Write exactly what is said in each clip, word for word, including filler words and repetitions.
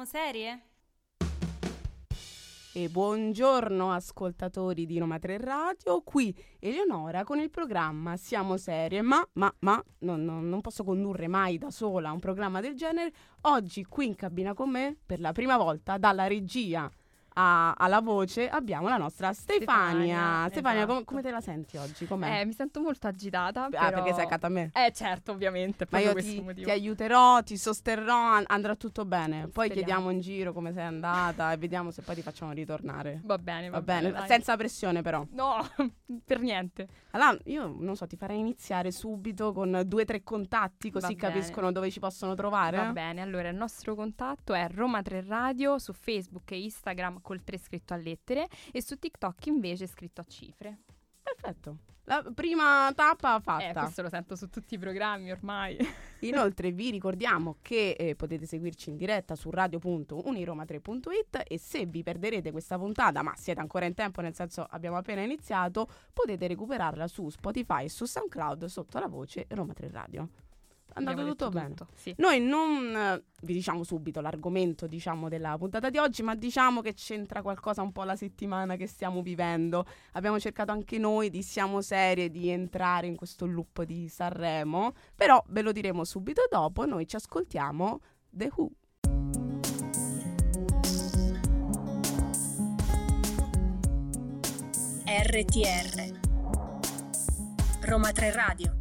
Siamo serie? E buongiorno ascoltatori di Roma tre Radio, qui Eleonora con il programma Siamo Serie, ma, ma, ma non, non, non posso condurre mai da sola un programma del genere. Oggi qui in cabina con me, per la prima volta, dalla regia a, alla voce, abbiamo la nostra Stefania. Stefania, Stefania, esatto. com- come te la senti oggi? Com'è? Eh, mi sento molto agitata, Ah, però... perché sei accanto a me. Eh, certo, ovviamente, Ma proprio io questo ti, motivo. ti aiuterò, ti sosterrò, an- andrà tutto bene. Poi Speriamo. chiediamo in giro come sei andata e vediamo se poi ti facciamo ritornare. Va bene, va, Va bene, dai. senza pressione però. No, per niente. Allora, io non so, ti farei iniziare subito con due o tre contatti, così Va bene. capiscono dove ci possono trovare. Va bene, allora il nostro contatto è Roma tre Radio su Facebook e Instagram col tre scritto a lettere e su TikTok invece scritto a cifre. Perfetto. La prima tappa Eh, fatta. questo lo sento su tutti i programmi ormai. Inoltre vi ricordiamo che eh, potete seguirci in diretta su radio punto uniroma tre punto it e se vi perderete questa puntata, ma siete ancora in tempo, nel senso abbiamo appena iniziato, potete recuperarla su Spotify e su SoundCloud sotto la voce Roma tre Radio. È andato Abbiamo tutto detto bene. tutto, sì. Noi non eh, vi diciamo subito l'argomento, diciamo, della puntata di oggi, ma diciamo che c'entra qualcosa un po' la settimana che stiamo vivendo. Abbiamo cercato anche noi di Siamo Serie di entrare in questo loop di Sanremo, però ve lo diremo subito dopo. Noi ci ascoltiamo The Who. R T R Roma tre Radio.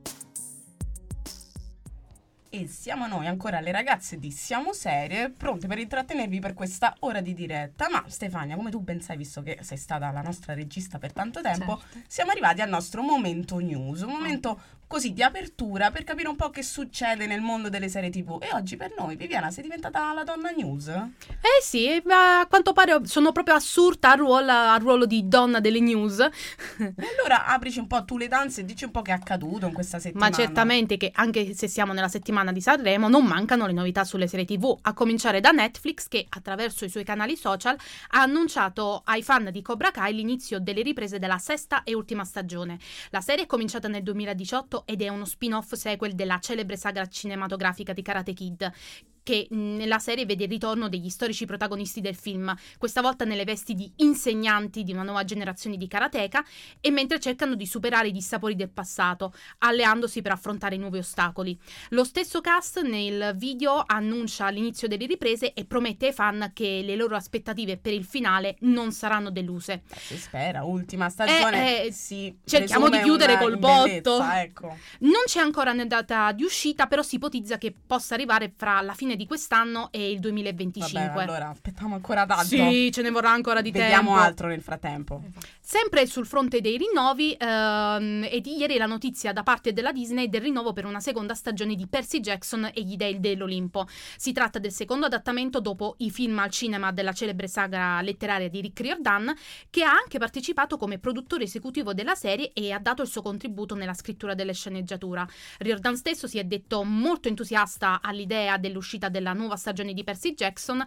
E siamo noi ancora le ragazze di Siamo Serie, pronte per intrattenervi per questa ora di diretta. Ma Stefania, come tu ben sai, visto che sei stata la nostra regista per tanto tempo, Certo. siamo arrivati al nostro momento news, un momento così di apertura per capire un po' che succede nel mondo delle serie tivù. E oggi per noi, Viviana, sei diventata la donna news? Eh sì, ma a quanto pare sono proprio assurda al ruolo, al ruolo di donna delle news. E allora aprici un po' tu le danze e dici un po' che è accaduto in questa settimana. Ma certamente che anche se siamo nella settimana di Sanremo non mancano le novità sulle serie tivù, a cominciare da Netflix che attraverso i suoi canali social ha annunciato ai fan di Cobra Kai l'inizio delle riprese della sesta e ultima stagione. La serie è cominciata nel duemiladiciotto ed è uno spin-off sequel della celebre saga cinematografica di Karate Kid, che nella serie vede il ritorno degli storici protagonisti del film, questa volta nelle vesti di insegnanti di una nuova generazione di karateka e mentre cercano di superare i dissapori del passato, alleandosi per affrontare i nuovi ostacoli. Lo stesso cast nel video annuncia l'inizio delle riprese e promette ai fan che le loro aspettative per il finale non saranno deluse. Eh, si spera, ultima stagione. Eh, eh, si cerchiamo presume di chiudere una col bellezza, botto. Ecco. Non c'è ancora una data di uscita, però si ipotizza che possa arrivare fra la fine di quest'anno e il duemilaventicinque. Vabbè, allora aspettiamo ancora tanto. Sì, ce ne vorrà ancora di Vediamo tempo. altro nel frattempo. Sempre sul fronte dei rinnovi, ehm, è di ieri la notizia da parte della Disney del rinnovo per una seconda stagione di Percy Jackson e gli Dei dell'Olimpo. Si tratta del secondo adattamento dopo i film al cinema della celebre saga letteraria di Rick Riordan, che ha anche partecipato come produttore esecutivo della serie e ha dato il suo contributo nella scrittura delle sceneggiature. Riordan stesso si è detto molto entusiasta all'idea dell'uscita della nuova stagione di Percy Jackson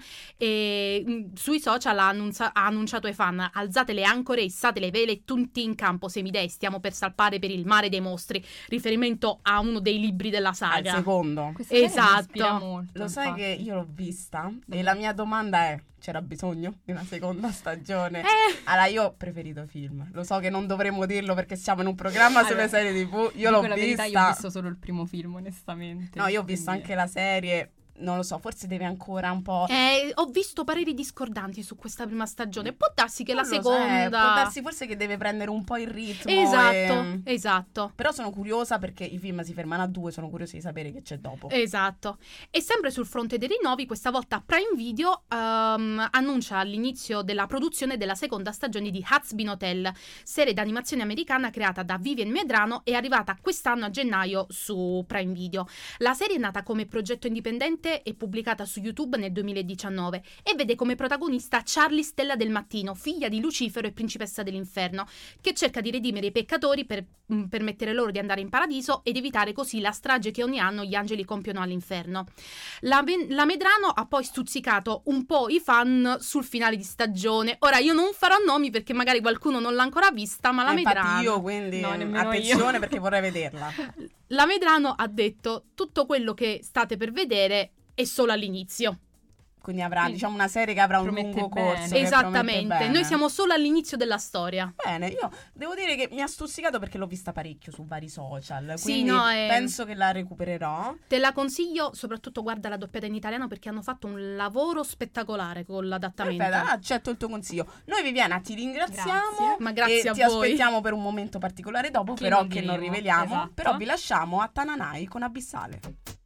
e mh, sui social ha, annunza- ha annunciato ai fan: alzate le ancore, issate le vele, tutti in campo, semidei, stiamo per salpare per il mare dei mostri, riferimento a uno dei libri della Al saga. secondo. Questa serie Esatto. mi ispira molto, Lo sai infatti. che io l'ho vista e la mia domanda è: c'era bisogno di una seconda stagione? Eh, Allora, io ho preferito film. Lo so che non dovremmo dirlo perché siamo in un programma sulle Allora, serie tivù. Io Dico l'ho la vista. verità, io ho visto solo il primo film, onestamente. No, io ho visto quindi- anche la serie. Non lo so, forse deve ancora un po'. eh, ho visto pareri discordanti su questa prima stagione. Può darsi che la Non lo so, eh, seconda. può darsi forse che deve prendere un po' il ritmo. Esatto, e- esatto. Però sono curiosa perché i film si fermano a due. Sono curiosa di sapere che c'è dopo. Esatto. E sempre sul fronte dei rinnovi, questa volta Prime Video ehm, annuncia l'inizio della produzione della seconda stagione di Hazbin Hotel, serie d'animazione americana creata da Vivian Medrano e arrivata quest'anno a gennaio su Prime Video. La serie è nata come progetto indipendente e pubblicata su YouTube nel duemiladiciannove e vede come protagonista Charlie Stella del Mattino, figlia di Lucifero e principessa dell'inferno, che cerca di redimere i peccatori per mh, permettere loro di andare in paradiso ed evitare così la strage che ogni anno gli angeli compiono all'inferno. La, la Medrano ha poi stuzzicato un po' i fan sul finale di stagione. Ora io non farò nomi perché magari qualcuno non l'ha ancora vista, ma la Eh, infatti Medrano io quindi No, mm, nemmeno attenzione io. perché vorrei vederla. la Medrano ha detto tutto quello che state per vedere è solo all'inizio. Quindi avrà, Quindi diciamo, una serie che avrà un promette lungo bene. corso. che Esattamente, promette bene. noi siamo solo all'inizio della storia. Bene, io devo dire che mi ha stuzzicato perché l'ho vista parecchio su vari social. Sì, Quindi no, è- penso che la recupererò. Te la consiglio, soprattutto guarda la doppiata in italiano perché hanno fatto un lavoro spettacolare con l'adattamento. Perfetto, accetto il tuo consiglio. Noi Viviana ti ringraziamo. Grazie. Ma grazie e a ti voi. aspettiamo per un momento particolare dopo, Che però non che non diremo, riveliamo. esatto. Però vi lasciamo a Tananai con Abissale.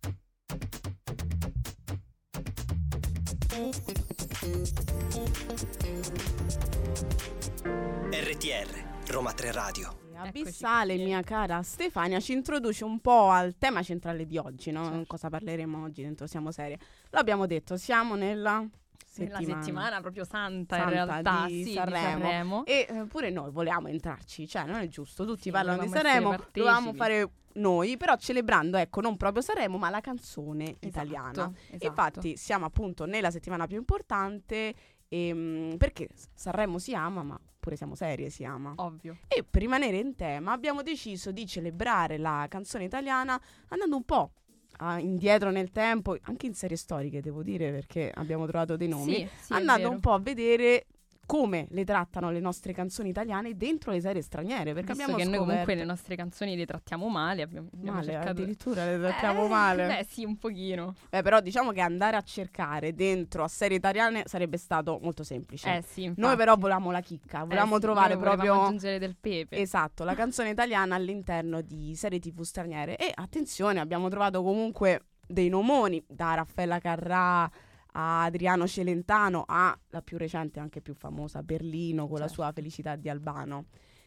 R T R, Roma tre Radio. Abissale, qui. mia cara Stefania, ci introduce un po' al tema centrale di oggi, no? Certo. Cosa parleremo oggi dentro Siamo Serie? L'abbiamo detto, siamo nella settimana, Nella settimana proprio santa, Santa in realtà, di sì, Sanremo. di Sanremo. E eh, pure noi volevamo entrarci, cioè non è giusto, tutti Sì, parlano di volevamo essere Sanremo, dovevamo partecipi. fare noi, però celebrando, ecco, non proprio Sanremo, ma la canzone Esatto, italiana. esatto. Infatti siamo appunto nella settimana più importante, ehm, perché Sanremo si ama, ma pure Siamo Serie si ama. Ovvio. E per rimanere in tema abbiamo deciso di celebrare la canzone italiana andando un po' a- indietro nel tempo, anche in serie storiche devo dire, perché abbiamo trovato dei nomi, Sì, sì, è andando vero. un po' a vedere come le trattano le nostre canzoni italiane dentro le serie straniere, perché Visto abbiamo che noi scoperto comunque le nostre canzoni le trattiamo male, abbiamo, abbiamo male, cercato... addirittura le trattiamo Eh, male. Beh, sì, un pochino. Beh, però diciamo che andare a cercare dentro a serie italiane sarebbe stato molto semplice. Eh sì, infatti. Noi però volevamo la chicca, volevamo Eh sì, trovare noi volevamo proprio aggiungere del pepe. esatto, la canzone italiana all'interno di serie tivù straniere. E attenzione, abbiamo trovato comunque dei nomoni, da Raffaella Carrà a Adriano Celentano a la più recente, anche più famosa, Berlino con la Certo. sua Felicità di Albano.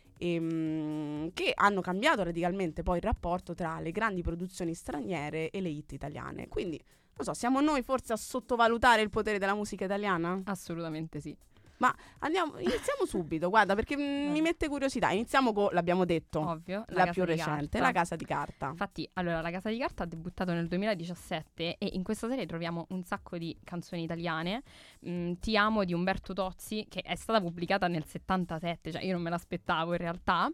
Ehm, che hanno cambiato radicalmente poi il rapporto tra le grandi produzioni straniere e le hit italiane. Quindi, non so, siamo noi forse a sottovalutare il potere della musica italiana? Assolutamente sì. Ma andiamo, iniziamo subito, guarda, perché mm, mi mette curiosità. Iniziamo con, l'abbiamo detto, Ovvio. la Casa più di recente, Carta. La Casa di Carta. Infatti, allora, La Casa di Carta ha debuttato nel duemiladiciassette e in questa serie troviamo un sacco di canzoni italiane. Mm, Ti amo di Umberto Tozzi, che è stata pubblicata nel settantasette, cioè io non me l'aspettavo in realtà.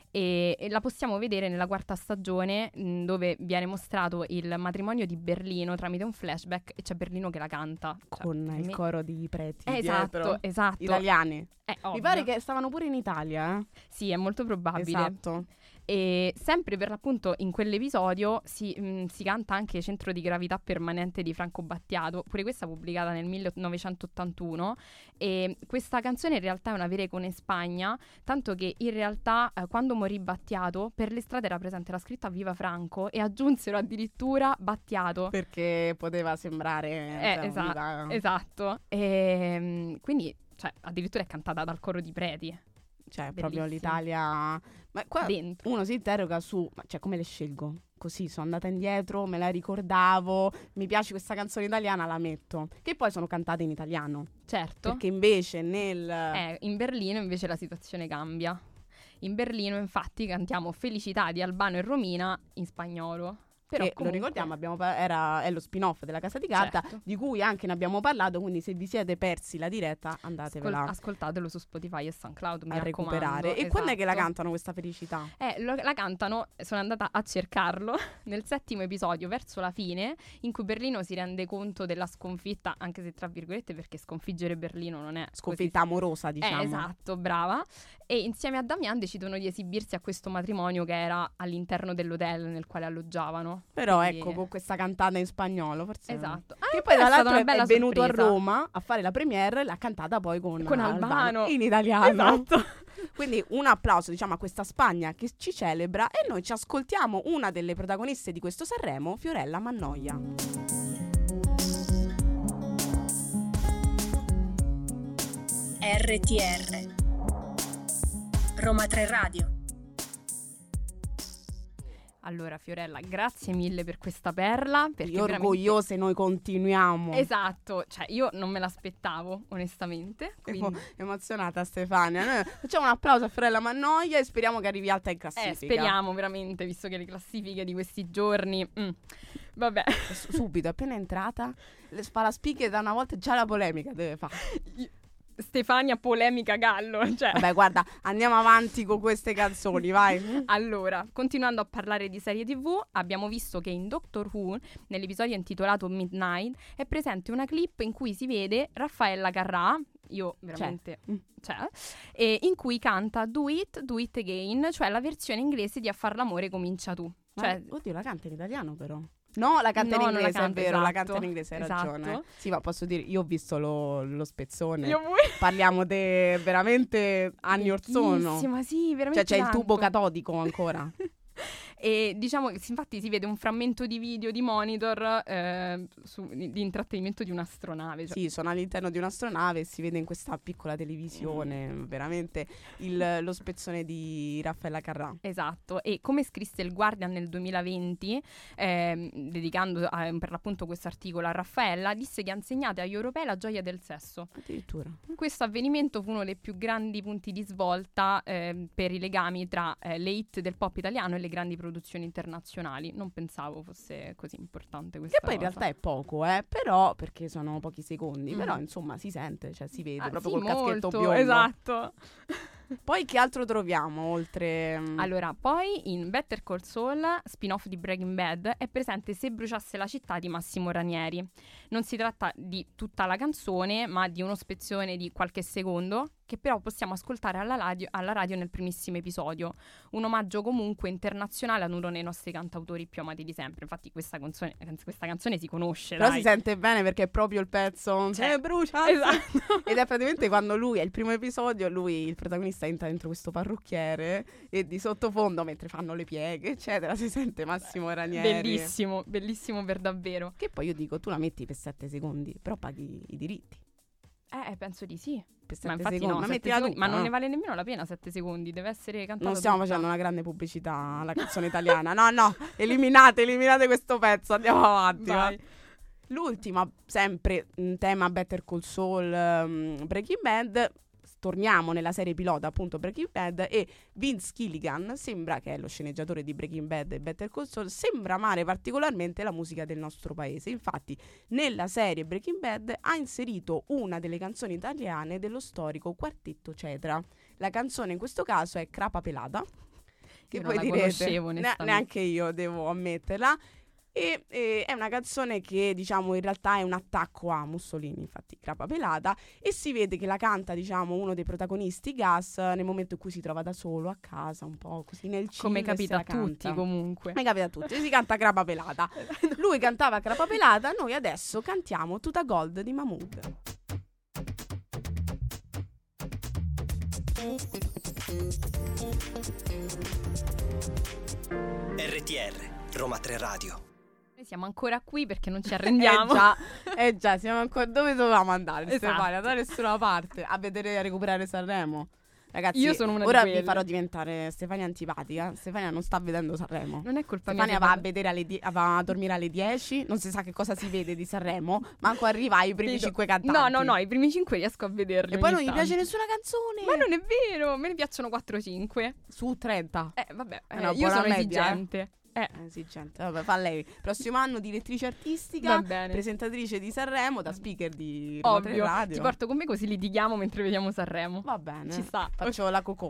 E, e la possiamo vedere nella quarta stagione, mh, dove viene mostrato il matrimonio di Berlino tramite un flashback e c'è Berlino che la canta. Cioè, Con per il me- coro di preti Eh, esatto, dietro. esatto. Italiani. È Mi ovvio. pare che stavano pure in Italia, eh? Sì, è molto probabile. Esatto. E sempre per l'appunto in quell'episodio si, mh, si canta anche Centro di gravità permanente di Franco Battiato, pure questa pubblicata nel millenovecentottantuno, e questa canzone in realtà è una vera icona in Spagna, tanto che in realtà eh, quando morì Battiato per le strade era presente la scritta Viva Franco e aggiunsero addirittura Battiato. Perché poteva sembrare Eh, cioè, esa- viva- Esatto. E, mh, quindi cioè, addirittura è cantata dal coro di preti. Cioè, proprio Bellissimo. l'Italia. Ma qua Dentro. uno si interroga su, ma cioè, come le scelgo? Così sono andata indietro, me la ricordavo, mi piace questa canzone italiana, la metto. Che poi sono cantate in italiano. Certo. Perché invece nel Eh, in Berlino invece la situazione cambia. In Berlino infatti cantiamo Felicità di Albano e Romina in spagnolo. Però che, lo comunque- ricordiamo, abbiamo pa- era, è lo spin-off della Casa di Carta, Certo. di cui anche ne abbiamo parlato, quindi se vi siete persi la diretta Ascol- andatevela ascoltatelo su Spotify e SoundCloud, mi a raccomando. recuperare. E quando è che la Esatto. cantano questa felicità? Eh, lo- la cantano, sono andata a cercarlo, nel settimo episodio, verso la fine, in cui Berlino si rende conto della sconfitta, anche se tra virgolette, perché sconfiggere Berlino non è... Sconfitta amorosa, così- diciamo. Eh, esatto, brava. E insieme a Damian decidono di esibirsi a questo matrimonio che era all'interno dell'hotel nel quale alloggiavano. Però Quindi- ecco, con questa cantata in spagnolo, forse. Esatto. Che Ah, poi però tra è stata l'altro una è, bella è venuto sorpresa. a Roma a fare la premiere e l'ha cantata poi con, Con Albano. in italiano. Esatto. Quindi un applauso, diciamo, a questa Spagna che ci celebra, e noi ci ascoltiamo una delle protagoniste di questo Sanremo, Fiorella Mannoia. R T R Roma tre Radio. Allora Fiorella, grazie mille per questa perla. Perché Io veramente- orgogliose noi continuiamo. Esatto, cioè io non me l'aspettavo onestamente. Emo- Quindi, emozionata Stefania. Noi facciamo un applauso a Fiorella Mannoia e speriamo che arrivi alta in classifica. eh, speriamo veramente, visto che le classifiche di questi giorni... mm, vabbè, S- Subito, appena entrata, le fa la speaker da una volta, già la polemica deve fare. Io- Stefania polemica Gallo. Cioè. Vabbè, guarda, andiamo avanti con queste canzoni, vai. Allora, continuando a parlare di serie tivù, abbiamo visto che in Doctor Who, nell'episodio intitolato Midnight, è presente una clip in cui si vede Raffaella Carrà, io veramente... Cioè, e in cui canta Do It, Do It Again, cioè la versione inglese di A far l'amore comincia tu. Cioè, Ma, oddio, la canta in italiano però. No, la canta No, in non la inglese, canta, è vero, la esatto, canta in inglese, hai esatto. ragione. Sì, ma posso dire, io ho visto lo, lo spezzone. io Parliamo di veramente anni orsono. Bellissima, sì, veramente Cioè c'è il tanto. tubo catodico ancora. E diciamo che infatti si vede un frammento di video di monitor eh, su, di, di intrattenimento di un'astronave. Cioè. Sì, sono all'interno di un'astronave e si vede in questa piccola televisione mm. veramente il, lo spezzone di Raffaella Carrà. Esatto, e come scrisse il Guardian nel duemilaventi, eh, dedicando a, per l'appunto questo articolo a Raffaella, disse che ha insegnato agli europei la gioia del sesso. Addirittura. Questo avvenimento fu uno dei più grandi punti di svolta eh, per i legami tra eh, le hit del pop italiano e le grandi produzioni internazionali. Non pensavo fosse così importante questa Che poi cosa. in realtà è poco, eh, però perché sono pochi secondi, Mm. però insomma si sente, cioè si vede Ah, proprio sì, col caschetto molto, biondo. esatto. Poi che altro troviamo oltre mm, Allora, poi in Better Call Saul, spin-off di Breaking Bad, è presente Se bruciasse la città di Massimo Ranieri. Non si tratta di tutta la canzone, ma di uno spezzone di qualche secondo, che però possiamo ascoltare alla radio, alla radio nel primissimo episodio. Un omaggio comunque internazionale ad uno dei nostri cantautori più amati di sempre. Infatti questa canzone, questa canzone si conosce, Però dai. si sente bene perché è proprio il pezzo Cioè, Se brucia. esatto. Ed è praticamente quando lui, è il primo episodio, lui, il protagonista, entra dentro questo parrucchiere e di sottofondo, mentre fanno le pieghe, eccetera, si sente Massimo Ranieri. Bellissimo, bellissimo per davvero. Che poi io dico, tu la metti per sette secondi, però paghi i diritti. Eh, penso di sì. Per Ma sette infatti secondi, no, ma sette mettila secondi- tutta, ma non no? ne vale nemmeno la pena sette secondi, deve essere cantato Non stiamo tutta. facendo una grande pubblicità alla canzone italiana. No, no, eliminate, eliminate questo pezzo, andiamo avanti. va. Vai. L'ultima, sempre in tema Better Call Saul, um, Breaking Bad. Torniamo nella serie pilota, appunto Breaking Bad, e Vince Gilligan sembra, che è lo sceneggiatore di Breaking Bad e Better Call Saul, sembra amare particolarmente la musica del nostro paese. Infatti nella serie Breaking Bad ha inserito una delle canzoni italiane dello storico Quartetto Cetra. La canzone in questo caso è Crapa Pelata, che Io voi non la direte, conoscevo, ne- onestamente. neanche io devo ammetterla. E, e è una canzone che diciamo in realtà è un attacco a Mussolini, infatti Crapa Pelata, e si vede che la canta diciamo uno dei protagonisti, Gas, nel momento in cui si trova da solo a casa, un po' così nel chill, Come e capita se a la tutti canta. comunque. Come capita a tutti, si canta Crapa Pelata. Lui cantava Crapa Pelata, noi adesso cantiamo Tuta Gold di Mahmood. R T R, Roma tre Radio. Noi siamo ancora qui perché non ci arrendiamo. Eh già, eh già, siamo ancora dove dovevamo andare? Esatto. Stefania, da nessuna parte, a vedere, a recuperare Sanremo. Ragazzi, Io sono una di ora quelle. vi farò diventare Stefania antipatica. Stefania non sta vedendo Sanremo. Non è colpa Stefania mia. va a se vedere alle die- va a dormire alle dieci, non si sa che cosa si vede di Sanremo, manco arriva ai primi Vedo- cinque cantanti. No, no, no, i primi cinque riesco a vederli. E poi non ogni gli piace tanto. nessuna canzone. Ma non è vero, me ne piacciono quattro cinque. Su trenta. Eh, vabbè, È eh, una io buona sono media, eh. esigente. Eh, Eh, sì, gente, vabbè, fa lei. Prossimo anno direttrice artistica, va bene. presentatrice di Sanremo, da speaker di Roma tre Ovvio, Radio. ti porto con me così litighiamo mentre vediamo Sanremo. Va bene. Ci sta. Faccio la cocò.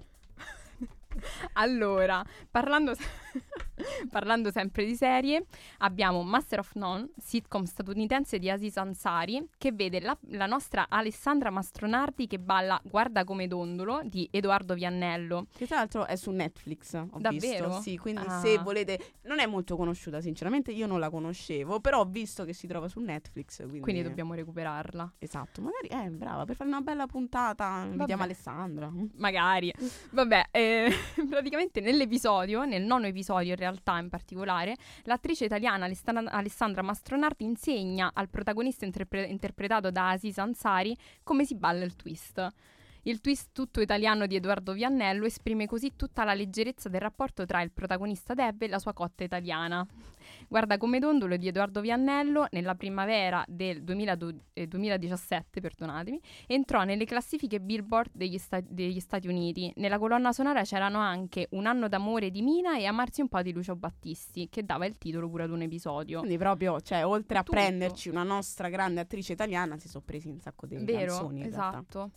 Allora, parlando, se- parlando sempre di serie, abbiamo Master of None, sitcom statunitense di Aziz Ansari, che vede la, la nostra Alessandra Mastronardi che balla Guarda come dondolo di Edoardo Viannello. Che tra l'altro è su Netflix, ho Davvero? visto. Sì, quindi Ah. se volete... Non è molto conosciuta, sinceramente, io non la conoscevo, però ho visto che si trova su Netflix, quindi... Quindi dobbiamo recuperarla. Esatto, magari... Eh, brava, per fare una bella puntata invitiamo Vabbè. Alessandra. Magari. Vabbè, eh, praticamente nell'episodio, nel nono episodio in realtà in particolare, l'attrice italiana Alessandra, Alessandra Mastronardi insegna al protagonista interpre- interpretato da Aziz Ansari come si balla il twist. Il twist tutto italiano di Edoardo Viannello esprime così tutta la leggerezza del rapporto tra il protagonista Deb e la sua cotta italiana. Guarda come dondolo di Edoardo Viannello, nella primavera del duemiladodici eh, duemiladiciassette, perdonatemi, entrò nelle classifiche Billboard degli, sta- degli Stati Uniti. Nella colonna sonora c'erano anche Un anno d'amore di Mina e Amarsi un po' di Lucio Battisti, che dava il titolo pure ad un episodio. Quindi proprio, cè, oltre a Tutto. prenderci una nostra grande attrice italiana, si sono presi un sacco di Vero? canzoni in realtà. Esatto.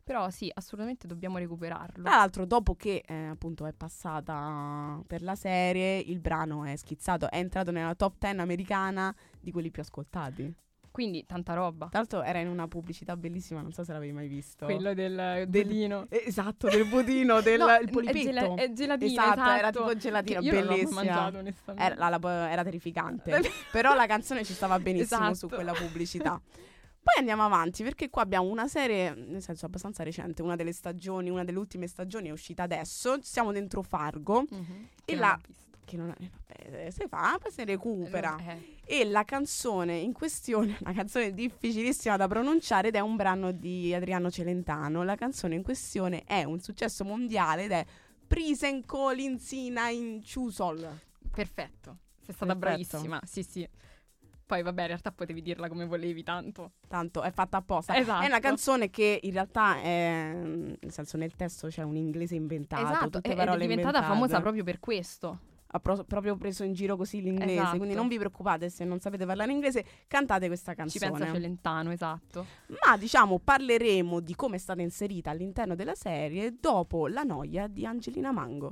Però sì, assolutamente dobbiamo recuperarlo. Tra l'altro, dopo che eh, appunto è passata per la serie, il brano è schizzato, è entrato nella top dieci americana di quelli più ascoltati. Quindi tanta roba. Tra l'altro era in una pubblicità bellissima, non so se l'avevi mai visto. Quello del Del- budino. Eh, esatto, del budino, del No, il polipetto. È, gela- è gelatina, Esatto, esatto. era tipo gelatina, Che io non l'ho bellissima. mangiato, onestamente. Era, la- la- era terrificante. Però la canzone ci stava benissimo Esatto. su quella pubblicità. Poi andiamo avanti perché qua abbiamo una serie, nel senso abbastanza recente, una delle stagioni, una delle ultime stagioni è uscita adesso. Siamo dentro Fargo Mhm. e Che la- non ho visto. che non è, vabbè, si fa, poi si recupera. Eh, E la canzone in questione, una canzone difficilissima da pronunciare ed è un brano di Adriano Celentano. La canzone in questione è un successo mondiale ed è Prisen Colinsina in Chusol. Perfetto. Sei stata Perfetto. bravissima. Sì, sì. Poi vabbè, in realtà potevi dirla come volevi tanto. Tanto è fatta apposta. Esatto. È una canzone che in realtà è, nel senso nel testo c'è un inglese inventato, Esatto, tutte ed è parole diventata inventate. famosa proprio per questo. Ha pro- proprio preso in giro così l'inglese, Esatto. quindi non vi preoccupate se non sapete parlare inglese, cantate questa Ci canzone. pensa Celentano, esatto. Ma diciamo parleremo di come è stata inserita all'interno della serie dopo La noia di Angelina Mango.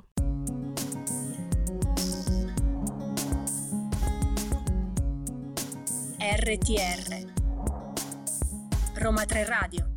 R T R Roma tre Radio.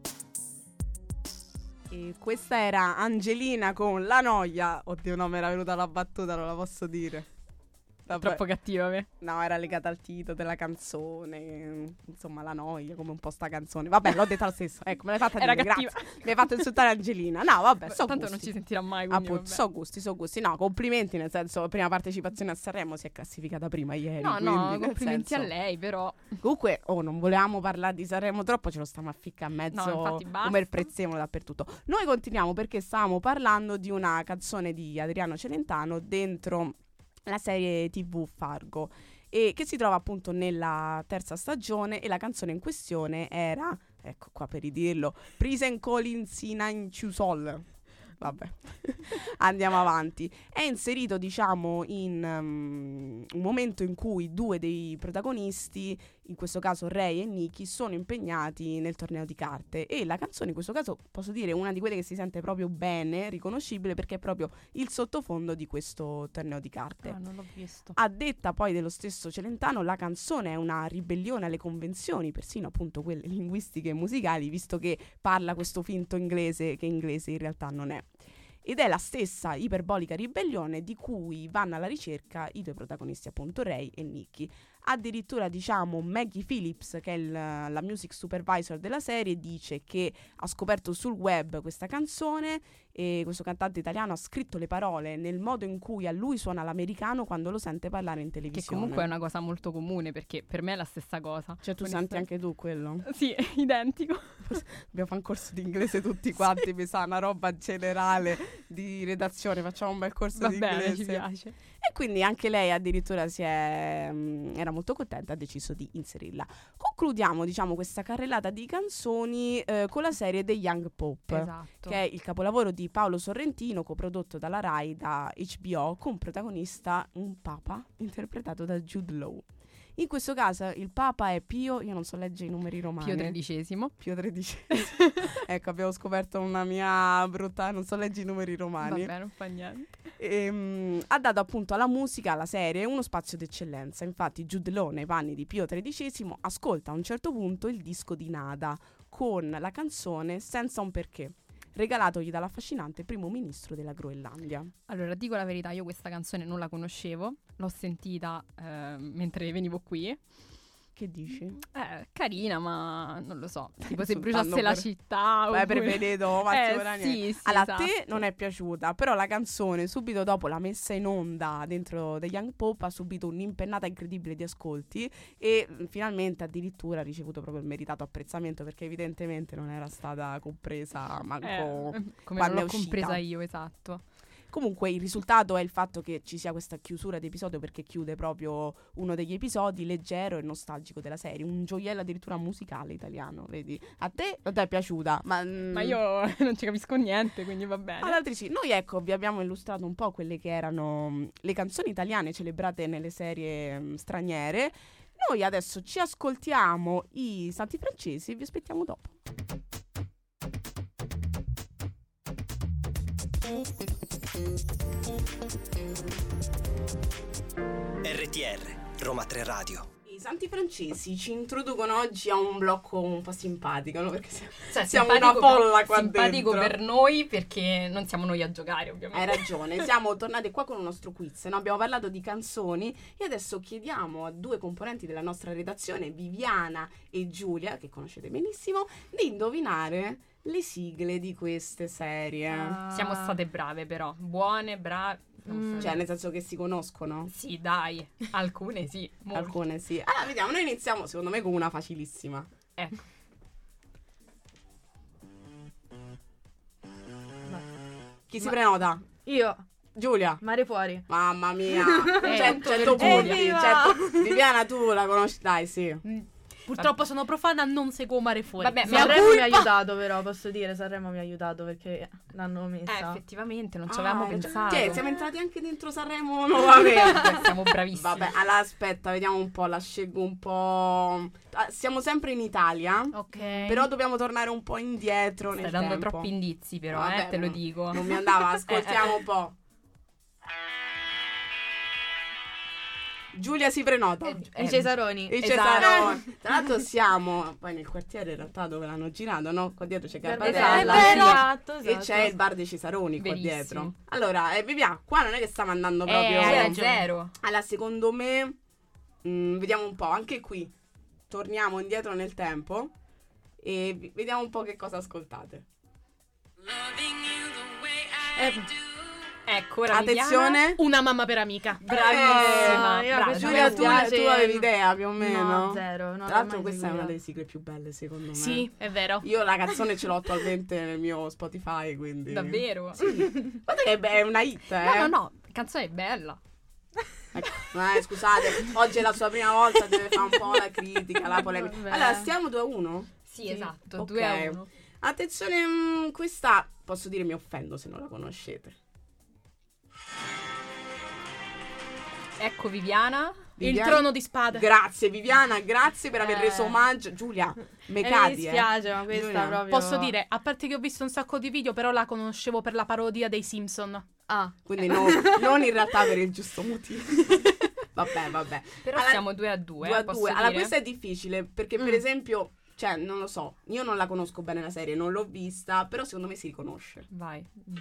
E questa era Angelina con La noia. Oddio, no, mi era venuta la battuta, non la posso dire. Vabbè. Troppo cattiva, me. No, era legata al titolo della canzone. Insomma, la noia, come un po' sta canzone. Vabbè, l'ho detta lo stesso. Ecco, me l'hai fatta Era dire, cattiva. grazie. Mi hai fatto insultare Angelina. No, vabbè, so Tanto gusti. non ci sentirà mai, quindi Appunto, vabbè. so gusti, so gusti. No, complimenti, nel senso, prima partecipazione a Sanremo si è classificata prima ieri. No, quindi, no, nel complimenti senso- a lei, però. Comunque, oh, non volevamo parlare di Sanremo troppo, ce lo stiamo a ficcare a mezzo No, infatti basta. come il prezzemolo dappertutto. Noi continuiamo perché stavamo parlando di una canzone di Adriano Celentano dentro la serie tivù Fargo, e che si trova appunto nella terza stagione, e la canzone in questione era, ecco qua per ridirlo, Prisen Colinsina in Chusol. Vabbè, andiamo avanti. È inserito, diciamo, in um, un momento in cui due dei protagonisti, in questo caso Ray e Nikki, sono impegnati nel torneo di carte, e la canzone in questo caso, posso dire, è una di quelle che si sente proprio bene, riconoscibile, perché è proprio il sottofondo di questo torneo di carte. Ah, non l'ho visto. A detta poi dello stesso Celentano, la canzone è una ribellione alle convenzioni, persino appunto quelle linguistiche e musicali, visto che parla questo finto inglese che inglese in realtà non è. Ed è la stessa iperbolica ribellione di cui vanno alla ricerca i due protagonisti, appunto Ray e Nikki. Addirittura, diciamo, Maggie Phillips, che è il, la music supervisor della serie, dice che ha scoperto sul web questa canzone e questo cantante italiano ha scritto le parole nel modo in cui a lui suona l'americano quando lo sente parlare in Che televisione. comunque è una cosa molto comune, perché per me è la stessa cosa. Cioè tu Onestamente. senti anche tu quello? Sì, è identico. Dobbiamo fare un corso di inglese tutti quanti, mi sa, una roba generale di redazione, facciamo un bel corso Va di bene, inglese. ci piace. E quindi anche lei addirittura si è, mh, era molto contenta e ha deciso di inserirla. Concludiamo, diciamo, questa carrellata di canzoni eh, con la serie The Young Pope, Esatto. che è il capolavoro di Paolo Sorrentino, coprodotto dalla Rai, da H B O, con protagonista un papa interpretato da Jude Law. In questo caso il papa è Pio, io non so leggere i numeri romani. Pio tredicesimo. Pio tredicesimo. Ecco, abbiamo scoperto una mia brutta, non so leggere i numeri romani. Vabbè, non fa niente. E, um, ha dato appunto alla musica, alla serie, uno spazio d'eccellenza. Infatti Jude Law, nei panni di Pio tredicesimo, ascolta a un certo punto il disco di Nada con la canzone Senza un perché, regalatogli dall'affascinante primo ministro della Groenlandia. Allora, dico la verità, io questa canzone non la conoscevo, l'ho sentita eh, mentre venivo qui. Che dici? Eh, carina, ma non lo so. Tipo se Soltanto bruciasse la per- città. Beh, oppure- preferito Massimo Eh, Ranieri. sì, sì, Allora, a esatto. te non è piaciuta, però la canzone subito dopo la messa in onda dentro The Young Pope ha subito un'impennata incredibile di ascolti e mh, finalmente addirittura ha ricevuto proprio il meritato apprezzamento, perché evidentemente non era stata compresa manco Eh, come quando non è l'ho uscita. compresa io, esatto. Comunque il risultato è il fatto che ci sia questa chiusura di episodio, perché chiude proprio uno degli episodi leggero e nostalgico della serie, un gioiello addirittura musicale italiano, vedi? A te non ti è piaciuta, ma, mm, Ma io non ci capisco niente, quindi va bene. ad altri sì. Noi ecco vi abbiamo illustrato un po' quelle che erano mh, le canzoni italiane celebrate nelle serie mh, straniere. Noi adesso ci ascoltiamo i Santi Francesi e vi aspettiamo dopo. R T R, Roma tre Radio. I Santi Francesi ci introducono oggi a un blocco un po' simpatico, no? Perché siamo, Cioè, siamo una simpatico folla per, qua simpatico dentro. per noi perché non siamo noi a giocare, ovviamente. Hai ragione, siamo tornati qua con un nostro quiz, no? Abbiamo parlato di canzoni e adesso chiediamo a due componenti della nostra redazione, Viviana e Giulia, che conoscete benissimo, di indovinare le sigle di queste serie. Ah. Siamo state brave però, buone, brave. Mm. Cioè, nel senso che si conoscono? Sì, dai, alcune sì, molte. Alcune sì. Allora, vediamo, noi iniziamo secondo me con una facilissima. Ecco. Chi si Ma- prenota? Io, Giulia. mare fuori. Mamma mia. Eh, cento tutto per punti. Giulia. cento Viviana, tu la conosci? Dai, sì. Purtroppo sono profana, non seguo mare fuori. Vabbè, ma Sanremo colpa- mi ha aiutato, però posso dire, Sanremo mi ha aiutato perché l'hanno Eh, messa. effettivamente, non ci avevamo Ah, pensato. Cioè, siamo entrati anche dentro Sanremo nuovamente. Siamo bravissimi. Vabbè, allora aspetta, vediamo un po', la scelgo un po'. Ah, siamo sempre in Italia, Ok. però dobbiamo tornare un po' indietro Stai nel dando tempo. troppi indizi però, Vabbè, eh, te lo non- dico. Non mi andava, ascoltiamo un po'. Giulia si prenota. Eh, I Cesaroni. I esatto. Cesaroni. Tra l'altro siamo poi nel quartiere in realtà dove l'hanno girato, no? Qua dietro c'è Esatto, Garbatella esatto, e esatto. c'è il bar dei Cesaroni qua Verissimo. dietro. Allora, eh, Viviana, qua non è che stiamo andando Eh, proprio. hai ragione. ragione. Zero. Allora, secondo me, mh, vediamo un po', anche qui torniamo indietro nel tempo e vi- vediamo un po' che cosa ascoltate. Eh, Ecco, ora Viviana. Attenzione. una mamma per amica. Bravissima. Eh, io brava, questa Giulia, mi tu, piace. tu avevi idea più o meno? No, zero. Non Tra l'ho l'altro mai questa è seguita. una delle sigle più belle secondo me. Sì, è vero. Io la canzone ce l'ho attualmente nel mio Spotify, quindi... Davvero? Guarda che è una hit, eh? No, no, no, la canzone è bella. Ecco, eh, scusate, oggi è la sua prima volta, deve fare un po' la critica, la polemica. Vabbè. Allora, stiamo due a uno? Sì, esatto, Ok. due a uno. Attenzione, mh, questa, posso dire mi offendo se non la conoscete. Ecco Viviana. Il Viviana? trono di spade. Grazie Viviana, grazie per aver Eh. reso omaggio. Giulia, me Eh, cadi, mi eh. dispiace, ma questa Giulia. proprio... Posso dire, a parte che ho visto un sacco di video, però la conoscevo per la parodia dei Simpson. Ah. Quindi no, non in realtà per il giusto motivo. Vabbè, vabbè. Però Allora, siamo due a due. due a posso due. Allora, dire? questa è difficile perché, per Mm. esempio, cioè, non lo so, io non la conosco bene la serie, non l'ho vista, però secondo me si riconosce. Vai.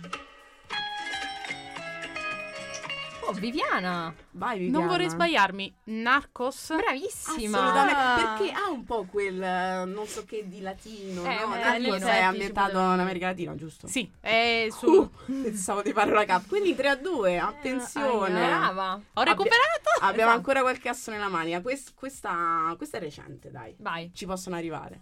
Oh, Viviana. Vai, Viviana. Non vorrei sbagliarmi. Narcos? Bravissima. Assolutamente, Ah. perché ha un po' quel eh, non so che di latino, Eh, no? eh, Narcos gli è insetti ci ambientato potevano- in America Latina, giusto? Sì, è su... Uh, pensavo di fare la K. Quindi tre a due, attenzione. aia. Brava. Ho recuperato? Abbiamo Esatto. ancora qualche asso nella manica. Quest- questa, questa è recente, dai. Vai. Ci possono arrivare.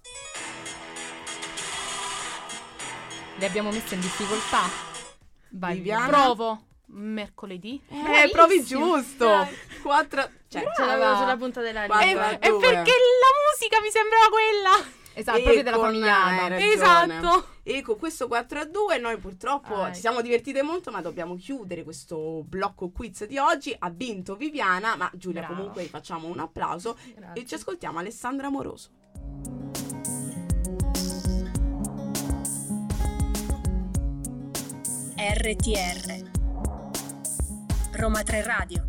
Le abbiamo messe in difficoltà. Vai. Viviana. Provo. Mercoledì? Eh, provi giusto. Quattro. Cioè, Ce l'avevo sulla punta della Guarda, lingua. eh, È due. perché la musica mi sembrava quella. Esatto, E proprio della con- famigliata. hai ragione. Esatto. E con questo quattro a due noi purtroppo Ah, ci siamo divertite molto, ma dobbiamo chiudere questo blocco quiz di oggi. Ha vinto Viviana, ma Giulia Brava. comunque gli facciamo un applauso e ci ascoltiamo Alessandra Amoroso. R T R Roma tre Radio.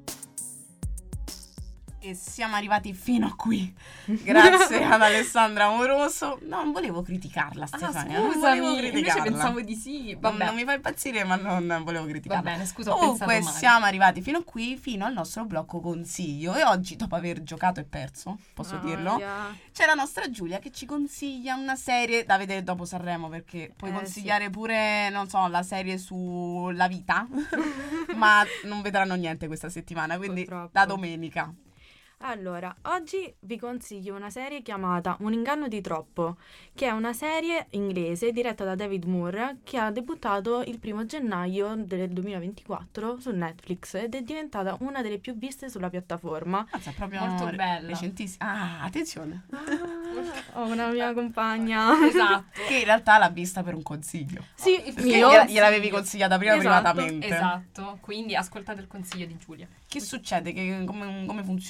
E siamo arrivati fino a qui. Grazie ad Alessandra Amoroso. No, non volevo criticarla, Stefania. non volevo invece criticarla. pensavo di sì. Non, Vabbè. non mi fa impazzire, ma non volevo Va criticarla. bene, scusa, ho Comunque pensato male. siamo arrivati fino a qui, fino al nostro blocco consiglio. E oggi, dopo aver giocato e perso, posso dirlo, Aia. c'è la nostra Giulia che ci consiglia una serie da vedere dopo Sanremo, perché puoi Eh, consigliare pure, non so, la serie sulla vita, ma non vedranno niente questa settimana, quindi Purtroppo. da domenica. Allora, oggi vi consiglio una serie chiamata Un inganno di troppo, che è una serie inglese diretta da David Moore che ha debuttato il primo gennaio del duemilaventiquattro su Netflix ed è diventata una delle più viste sulla piattaforma. Anzi, è proprio Molto re- bella. recentissima. Ah, attenzione. Ho una mia compagna. Esatto. Che in realtà l'ha vista per un consiglio. Sì, Perché io- gliela- gliel'avevi consigliata prima Esatto, privatamente. Esatto, quindi ascoltate il consiglio di Giulia. Che succede? Che, come, come funziona?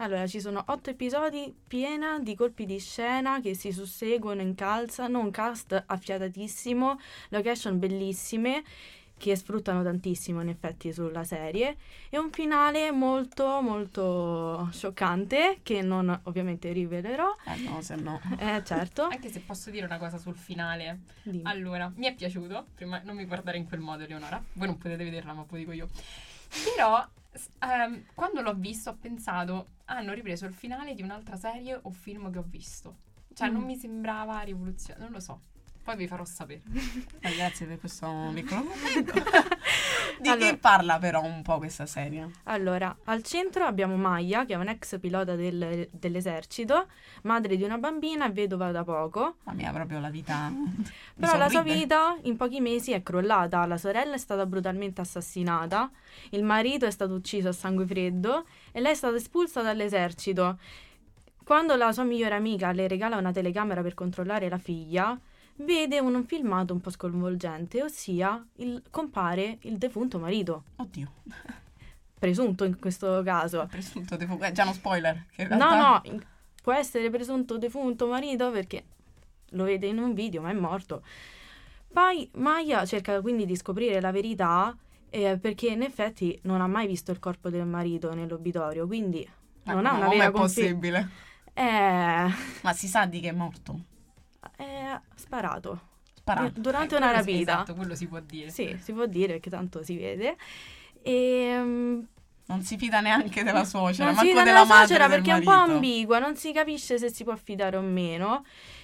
Allora, ci sono otto episodi piena di colpi di scena che si susseguono, incalzano, un cast affiatatissimo, location bellissime che sfruttano tantissimo in effetti sulla serie, e un finale molto molto scioccante che non ovviamente rivelerò. Eh no, se no. Eh certo. Anche se posso dire una cosa sul finale. Dimmi. Allora, mi è piaciuto, prima non mi guardare in quel modo, Eleonora, voi non potete vederla ma poi dico io. Però s- ehm, quando l'ho visto ho pensato, hanno ripreso il finale di un'altra serie o film che ho visto. Cioè Mm. non mi sembrava rivoluzione, non lo so. Poi vi farò sapere. Eh, grazie per questo piccolo commento. Di Allora- che parla però un po' questa serie? Allora, al centro abbiamo Maya, che è un ex pilota del- dell'esercito, madre di una bambina e vedova da poco. La mia proprio la vita. mi Però la sua sorride. vita in pochi mesi è crollata. La sorella è stata brutalmente assassinata, il marito è stato ucciso a sangue freddo e lei è stata espulsa dall'esercito. Quando la sua migliore amica le regala una telecamera per controllare la figlia, vede un, un filmato un po' sconvolgente, ossia il- compare il defunto marito, Oddio, presunto in questo ho caso. presunto defu- è già uno spoiler. Che in No, realtà- no, in- può essere presunto defunto marito perché lo vede in un video, ma è morto. Poi Maya cerca quindi di scoprire la verità, eh, perché in effetti non ha mai visto il corpo del marito nell'obitorio, quindi Ma non ha come una vera è conferma. possibile? Eh, Ma si sa di che è morto? è sparato. Sparato. Durante Eh, una quello sì, rapita. Esatto, quello si può dire. Sì, si può dire perché tanto si vede. E Non si fida neanche della suocera, non si manco vede della la madre suocera del perché è un po' marito. ambigua, non si capisce se si può affidare o meno.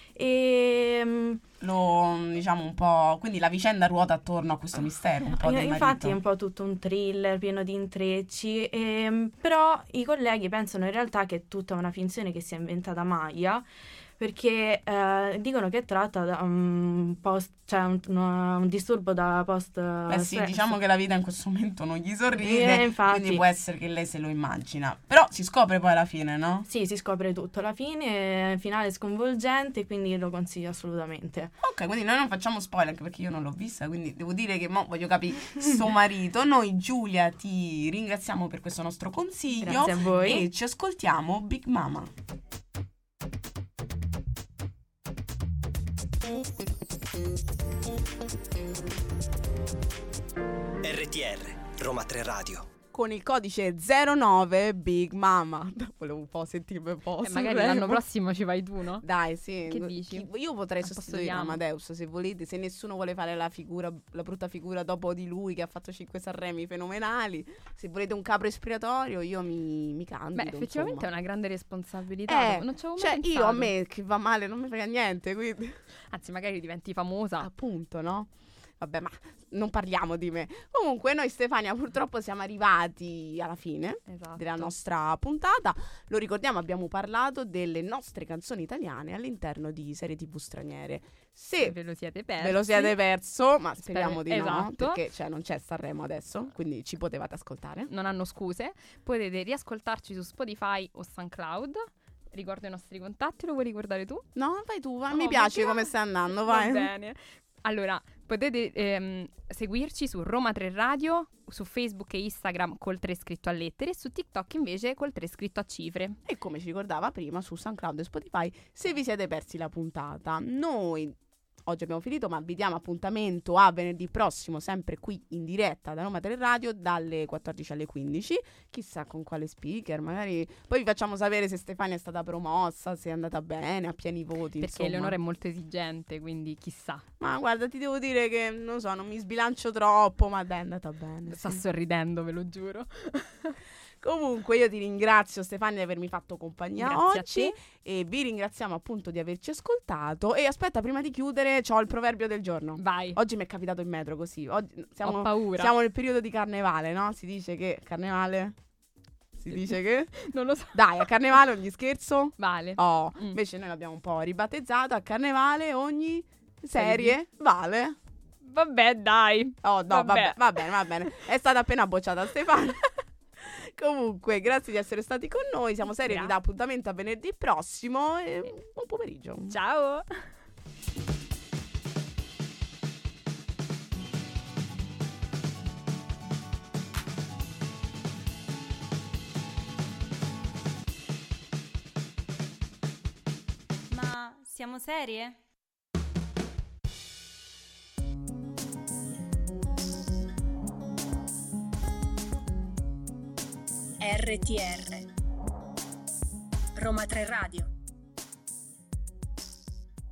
E Lo, diciamo un po', quindi la vicenda ruota attorno a questo mistero, un po' Eh, del infatti marito. è un po' tutto un thriller pieno di intrecci, ehm, però i colleghi pensano in realtà che è tutta una finzione che si è inventata Maya, perché eh, dicono che è tratta da un post, cioè un, una- un disturbo da post. Beh sì, diciamo che la vita in questo momento non gli sorride, Eh, infatti. quindi può essere che lei se lo immagina. Però si scopre poi alla fine, no? Sì, si scopre tutto alla fine, finale sconvolgente, quindi lo consiglio assolutamente. Ok, quindi noi non facciamo spoiler anche perché io non l'ho vista, quindi devo dire che mo voglio capire suo marito. Noi Giulia ti ringraziamo per questo nostro consiglio. Grazie a voi. E ci ascoltiamo Big Mama. R T R, Roma tre Radio. Con il codice zero nove Big Mama. Volevo un po' sentirmi un po'. E magari supremo. l'anno prossimo ci vai tu, no? Dai, sì. Che dici? Chi- Io potrei Al posto sostituire di Ama. Amadeus se volete. Se nessuno vuole fare la figura, la brutta figura dopo di lui che ha fatto cinque Sanremi fenomenali. Se volete un capro espiatorio, io mi, mi candido. Beh, effettivamente insomma. è una grande responsabilità. Eh, non ci avevo mai Cioè, io pensato. a me che va male non mi frega niente, quindi. Anzi, magari diventi famosa. Appunto, no? Vabbè, ma non parliamo di me. Comunque, noi, Stefania, purtroppo siamo arrivati alla fine Esatto. della nostra puntata. Lo ricordiamo, abbiamo parlato delle nostre canzoni italiane all'interno di serie tivù straniere. Se Ve lo siete persi. ve lo siete perso, ma speriamo Spero- di no, esatto. perché cioè, non c'è Sanremo adesso, quindi ci potevate ascoltare. Non hanno scuse. Potete riascoltarci su Spotify o SoundCloud. Ricordo i nostri contatti, lo vuoi ricordare tu? No, vai tu, vai. Oh, mi mi piace piace. come stai andando, vai. Va bene. Allora, potete ehm, seguirci su Roma tre Radio, su Facebook e Instagram col tre scritto a lettere, e su TikTok invece col tre scritto a cifre. E come ci ricordava prima su SoundCloud e Spotify, se vi siete persi la puntata, noi oggi abbiamo finito, ma vi diamo appuntamento a venerdì prossimo, sempre qui in diretta da Roma tre Radio, dalle quattordici alle quindici. Chissà con quale speaker, magari poi vi facciamo sapere se Stefania è stata promossa, se è andata bene, a pieni voti. Perché insomma. Eleonora è molto esigente, quindi chissà. Ma guarda, ti devo dire che non so, non mi sbilancio troppo, ma dai, è andata bene. Sta sì. sorridendo, ve lo giuro. Comunque io ti ringrazio, Stefania, di avermi fatto compagnia Grazie a oggi te. e vi ringraziamo appunto di averci ascoltato. E aspetta, prima di chiudere c'ho il proverbio del giorno. Vai. Oggi mi è capitato in metro così. Oggi siamo, Ho paura. siamo nel periodo di carnevale, no? Si dice che carnevale si dice che Non lo so. dai, a carnevale ogni scherzo. Vale. Oh, Mm. invece noi l'abbiamo un po' ribattezzato, a carnevale ogni serie vale. Vabbè, dai. Oh, no, vabbè. Vabbè. va bene, va bene. È stata appena bocciata Stefania. Comunque, grazie di essere stati con noi. Siamo serie, vi dà appuntamento a venerdì prossimo e buon pomeriggio. Ciao. Siamo serie? R T R Roma tre Radio.